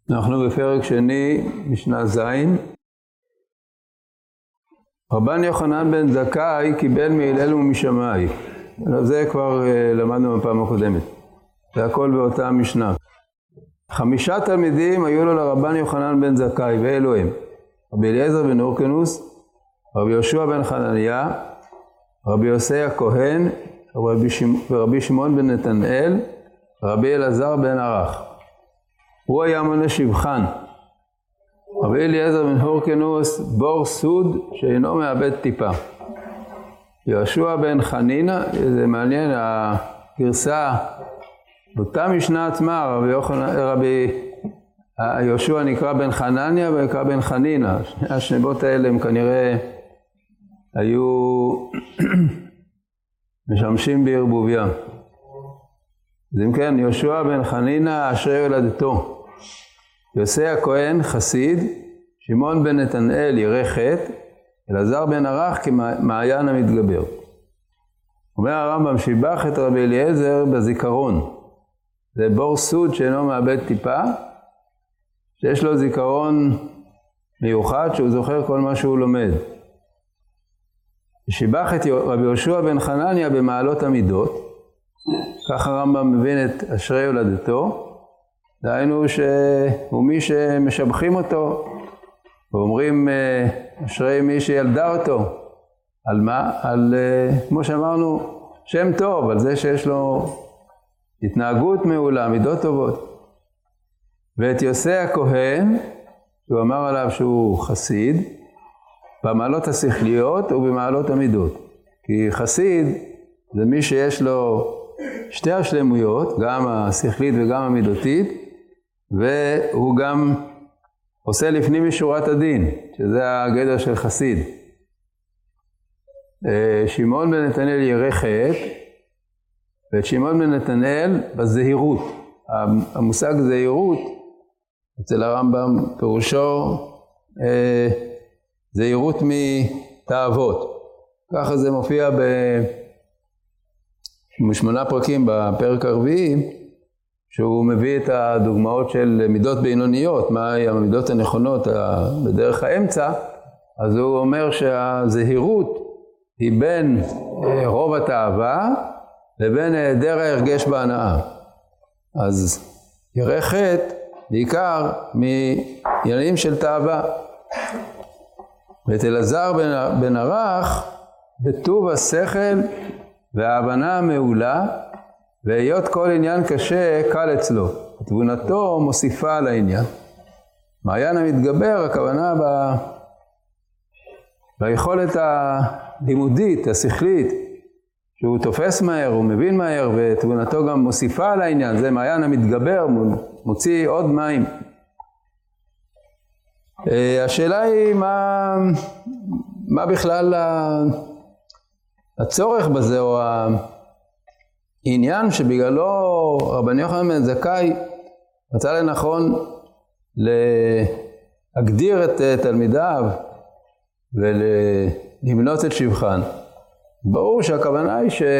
אנחנו בפרק שני, משנה ז'. רבן יוחנן בן זכאי קיבל מהלל ומשמאי. זה כבר למדנו בפעם הקודמת. זה הכל באותה משנה. 5 תלמידים היו לו לרבן יוחנן בן זכאי, ואלו הם: רבי אליעזר בן הורקנוס, רבי יהושע בן חנניה, רבי יוסי הכהן, ורבי שמעון בן נתנאל, רבי אלעזר בן ערך. הוא היה מונה שבחן. רבי אליעזר בן הורקנוס בור סוד שאינו מאבד טיפה. יהושע בן חנינה, זה מעניין, הגרסה באותה משנה עצמה, רבי יהושע נקרא בן חנניה ונקרא בן חנינה. השנבות האלה הם כנראה היו משמשים בערבוביה. אז אם כן, יהושע בן חנינה אשרי יולדתו. יוסי הכהן חסיד, שמעון בן נתנאל ירא חטא, אלעזר בן ערך כמעיין המתגבר. אומר הרמב"ם שיבח את רבי אליעזר בזיכרון. זה בור סוד שאינו מאבד טיפה, שיש לו זיכרון מיוחד שהוא זוכר כל מה שהוא לומד. שיבח את רבי יהושע בן חנניה במעלות המידות, כך הרמב"ם מבין את אשרי יולדתו, דהיינו שהוא מי שמשבחים אותו, ואומרים אשרי מי שילדה אותו. על מה? על, כמו שאמרנו, שם טוב, על זה שיש לו התנהגות מעולה, מידות טובות. ואת יוסי הכהן, שהוא אמר עליו שהוא חסיד, במעלות השכליות ובמעלות המידות. כי חסיד זה מי שיש לו שתי השלמויות, גם השכלית וגם המידותית, והוא גם עושה לפנים משורת הדין, שזה הגדר של חסיד. שמעון בן נתנאל ירא חטא, ואת שמעון בן נתנאל בזהירות. המושג זהירות, אצל הרמב"ם פירושו זהירות מתאוות. ככה זה מופיע ב8 פרקים בפרק הרביעי, שהוא מביא את הדוגמאות של מידות בינוניות, מהי המידות הנכונות בדרך האמצע. אז הוא אומר שהזהירות היא בין רוב התאווה לבין היעדר ההרגש בהנאה. אז ירא חטא בעיקר מעניינים של תאווה. ואת אלעזר בן ערך בטוב השכל וההבנה המעולה, והיות כל עניין קשה קל אצלו. תבונתו מוסיפה על העניין. מעיין המתגבר, הכוונה ביכולת הלימודית, השכלית, שהוא תופס מהר, הוא מבין מהר, ותבונתו גם מוסיפה על העניין. זה מעיין המתגבר, מוציא עוד מים. השאלה היא מה בכלל הצורך בזה, או העניין שבגללו רבן יוחנן בן זכאי מצא לנכון להגדיר את תלמידיו ולמנות את שבחן. ברור שהכוונה היא שהוא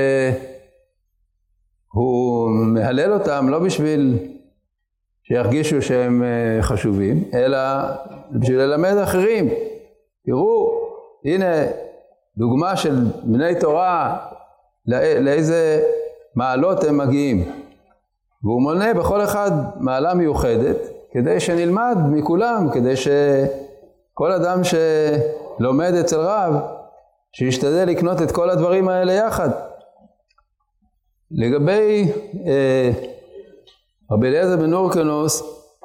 מהלל אותם לא בשביל שירגישו שהם חשובים, אלא בשביל ללמד אחרים. תראו, הנה דוגמה של בני תורה, לאיזה מעלות הם מגיעים. והוא מונה בכל אחד מעלה מיוחדת, כדי שנלמד מכולם, כדי שכל אדם שלומד אצל רב, שישתדל לקנות את כל הדברים האלה יחד. לגבי רבי אליעזר בן הורקנוס,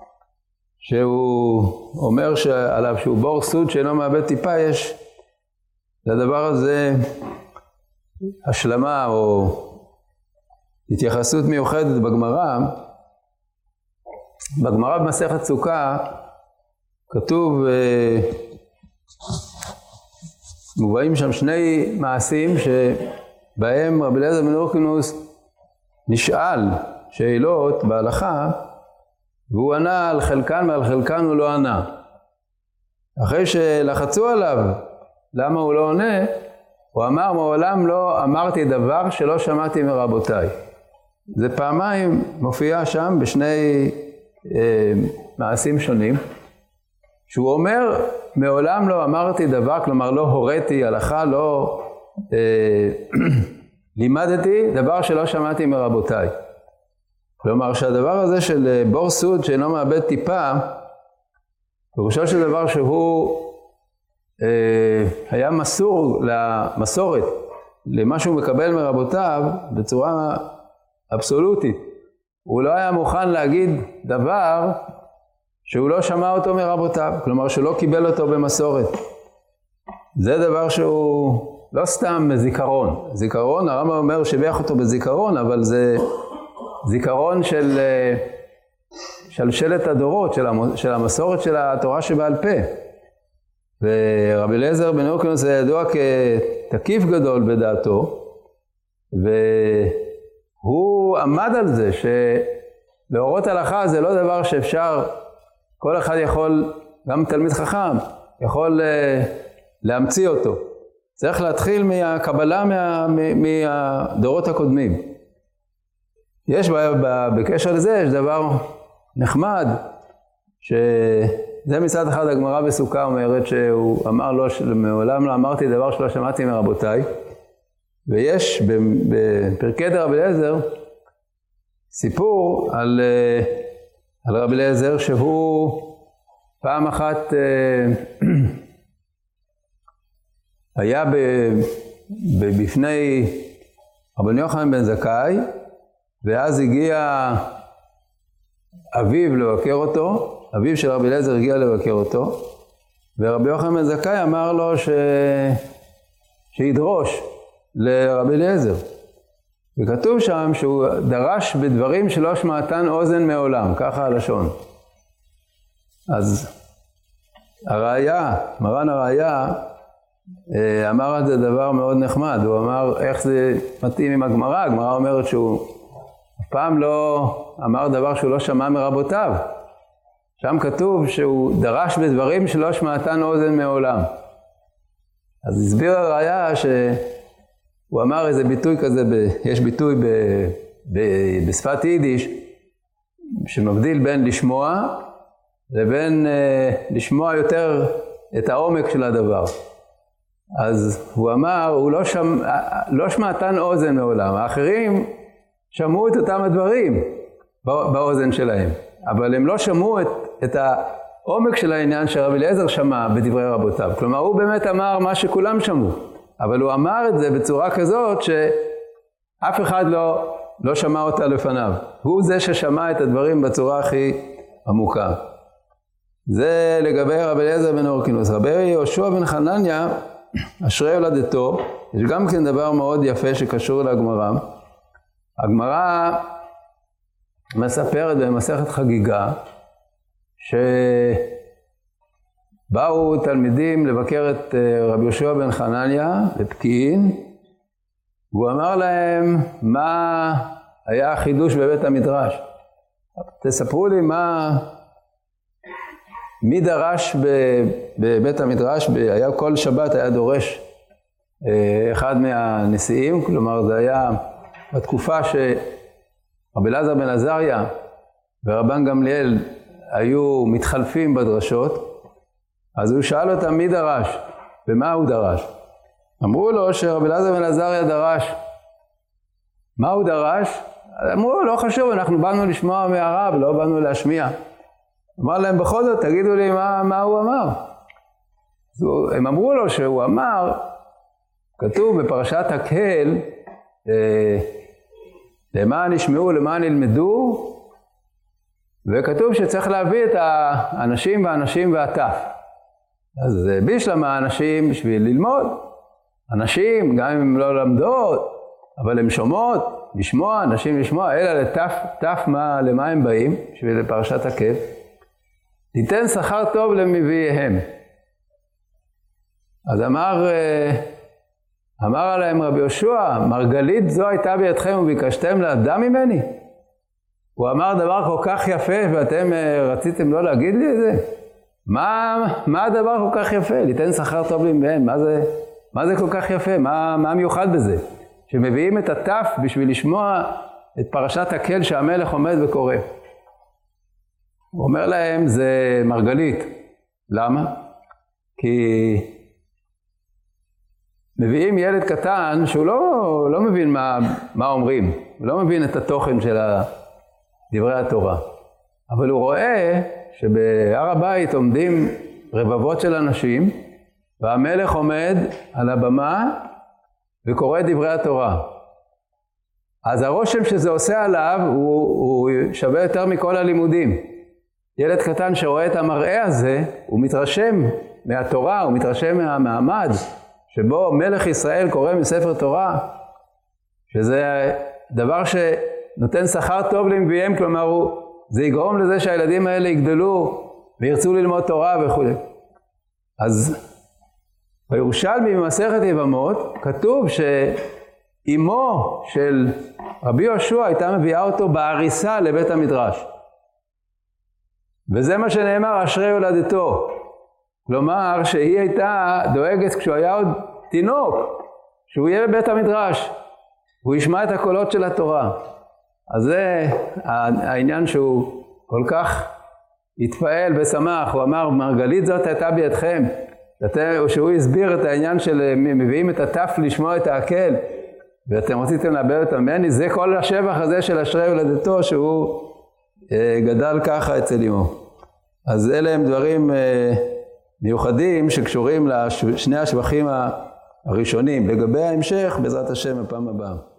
שהוא אומר עליו שהוא בור סוד שאינו מאבד טיפה, יש לדבר הזה השלמה או התייחסות מיוחדת בגמרא. בגמרא במסכת סוכה כתוב, מובאים שם 2 מעשים שבהם רבי אליעזר בן הורקנוס נשאל שאלות בהלכה, והוא ענה על חלקן ועל חלקן הוא לא ענה. אחרי שלחצו עליו למה הוא לא עונה, הוא אמר, מעולם לא אמרתי דבר שלא שמעתי מרבותיי. זה פעמיים מופיע שם בשני מעשים שונים, שהוא אומר, מעולם לא אמרתי דבר, כלומר לא הוריתי הלכה, לא לימדתי דבר שלא שמעתי מרבותיי. כלומר שהדבר הזה של בור סוד שאינו מאבד טיפה, פירושו של דבר שהוא היה מסור למסורת, למה שהוא מקבל מרבותיו בצורה אבסולוטית. הוא לא היה מוכן להגיד דבר שהוא לא שמע אותו מרבותיו, כלומר שלא קיבל אותו במסורת. זה דבר שהוא לא סתם זיכרון. זיכרון, הרמב"ם אומר שביח אותו בזיכרון, אבל זה זיכרון של שלשלת הדורות, של המסורת של התורה שבעל פה. ורבי אליעזר בן הורקנוס זה ידוע כתקיף גדול בדעתו, והוא עמד על זה שלהורות הלכה זה לא דבר שאפשר, כל אחד יכול, גם תלמיד חכם, יכול להמציא אותו. צריך להתחיל מהקבלה מהדורות הקודמים. יש בקשר לזה, יש דבר נחמד, שזה מצד אחד הגמרא בסוכה אומרת שהוא אמר לו שמעולם לא אמרתי דבר שלא שמעתי מרבותיי, ויש בפרקי דרבי אליעזר סיפור על רבי אליעזר שהוא פעם אחת היה בפני רבן יוחנן בן זכאי, ואז הגיע אביו לבקר אותו, אביו של רבי אליעזר הגיע לבקר אותו, ורבי יוחנן בן זכאי אמר לו שידרוש לרבי אליעזר. וכתוב שם שהוא דרש בדברים שלא שמעתן אוזן מעולם, ככה הלשון. אז הראיה, מרן הראיה, אמר על זה דבר מאוד נחמד. הוא אמר איך זה מתאים עם הגמרא. הגמרא אומרת שהוא פעם לא אמר דבר שהוא לא שמע מרבותיו. שם כתוב שהוא דרש בדברים שלא שמעתן אוזן מעולם. אז הסביר הראיה שהוא אמר איזה ביטוי כזה, יש ביטוי בשפת יידיש שמבדיל בין לשמוע לבין לשמוע יותר את העומק של הדבר. אז הוא אמר, הוא לא שמעתן אוזן מעולם. האחרים שמעו את אותם הדברים באוזן שלהם, אבל הם לא שמעו את העומק של העניין שרבי אליעזר שמע בדברי רבותיו. כלומר, הוא באמת אמר מה שכולם שמעו, אבל הוא אמר את זה בצורה כזאת שאף אחד לא שמע אותה לפניו. הוא זה ששמע את הדברים בצורה הכי עמוקה. זה לגבי רבי אליעזר בן הורקנוס. רבי יהושע בן חנניה, אשרי הולדתו, יש גם כן דבר מאוד יפה שקשור לגמרא. הגמרא מספרת במסכת חגיגה שבאו תלמידים לבקר את רבי יהושע בן חנניה בפקיעין, והוא אמר להם מה היה החידוש בבית המדרש. תספרו לי מי דרש בבית המדרש, היה כל שבת היה דורש אחד מהנשיאים, כלומר זה היה בתקופה שרבי אלעזר בן עזריה ורבן גמליאל היו מתחלפים בדרשות, אז הוא שאל אותם מי דרש ומה הוא דרש. אמרו לו שרבי אלעזר בן עזריה דרש. מה הוא דרש? אמרו לא חשוב, אנחנו באנו לשמוע מהרב, לא באנו להשמיע. אמר להם בכל זאת, תגידו לי מה הוא אמר. הם אמרו לו שהוא אמר, כתוב בפרשת הקהל, למען ישמעו, למען ילמדו, וכתוב שצריך להביא את האנשים והאנשים והטף. אז בישלמה האנשים בשביל ללמוד. אנשים, גם אם הם לא למדות, אבל הם שומעות, לשמוע, אנשים לשמוע, אלא לטף למה הם באים, בשביל פרשת הקהל. תיתן שכר טוב למביאיהם. אז אמר עליהם רבי יהושע, מרגלית זו הייתה בידכם וביקשתם לאדם ממני? הוא אמר דבר כל כך יפה ואתם רציתם לא להגיד לי את זה? מה הדבר כל כך יפה? ליתן שכר טוב למביאיהם. מה זה כל כך יפה? מה מיוחד בזה? שמביאים את הטף בשביל לשמוע את פרשת הקהל שהמלך עומד וקורא. הוא אומר להם, זה מרגלית. למה? כי מביאים ילד קטן שהוא לא מבין מה אומרים, הוא לא מבין את התוכן של דברי התורה. אבל הוא רואה שבהר הבית עומדים רבבות של אנשים, והמלך עומד על הבמה וקורא דברי התורה. אז הרושם שזה עושה עליו הוא שווה יותר מכל הלימודים. ילד קטן שרואה את המראה הזה, הוא מתרשם מהתורה, הוא מתרשם מהמעמד שבו מלך ישראל קורא מספר תורה, שזה דבר שנותן שכר טוב לנביאים, כלומר זה יגרום לזה שהילדים האלה יגדלו וירצו ללמוד תורה וכו'. אז בירושלמי במסכת יבמות כתוב שאימו של רבי יהושע הייתה מביאה אותו בהריסה לבית המדרש. וזה מה שנאמר, אשרי הולדתו. כלומר שהיא הייתה דואגת כשהוא היה עוד תינוק, שהוא יהיה בבית המדרש, והוא ישמע את הקולות של התורה. אז זה העניין שהוא כל כך התפעל ושמח. הוא אמר, מרגלית זאת הייתה בידכם. שהוא הסביר את העניין של מביאים את הטף לשמוע את העקל, ואתם רציתם לאבד את ממני. זה כל השבח הזה של אשרי הולדתו, שהוא גדל ככה אצל אמו. אז אלה הם דברים מיוחדים שקשורים לשני השבחים הראשונים. לגבי ההמשך, בעזרת השם, הפעם הבאה.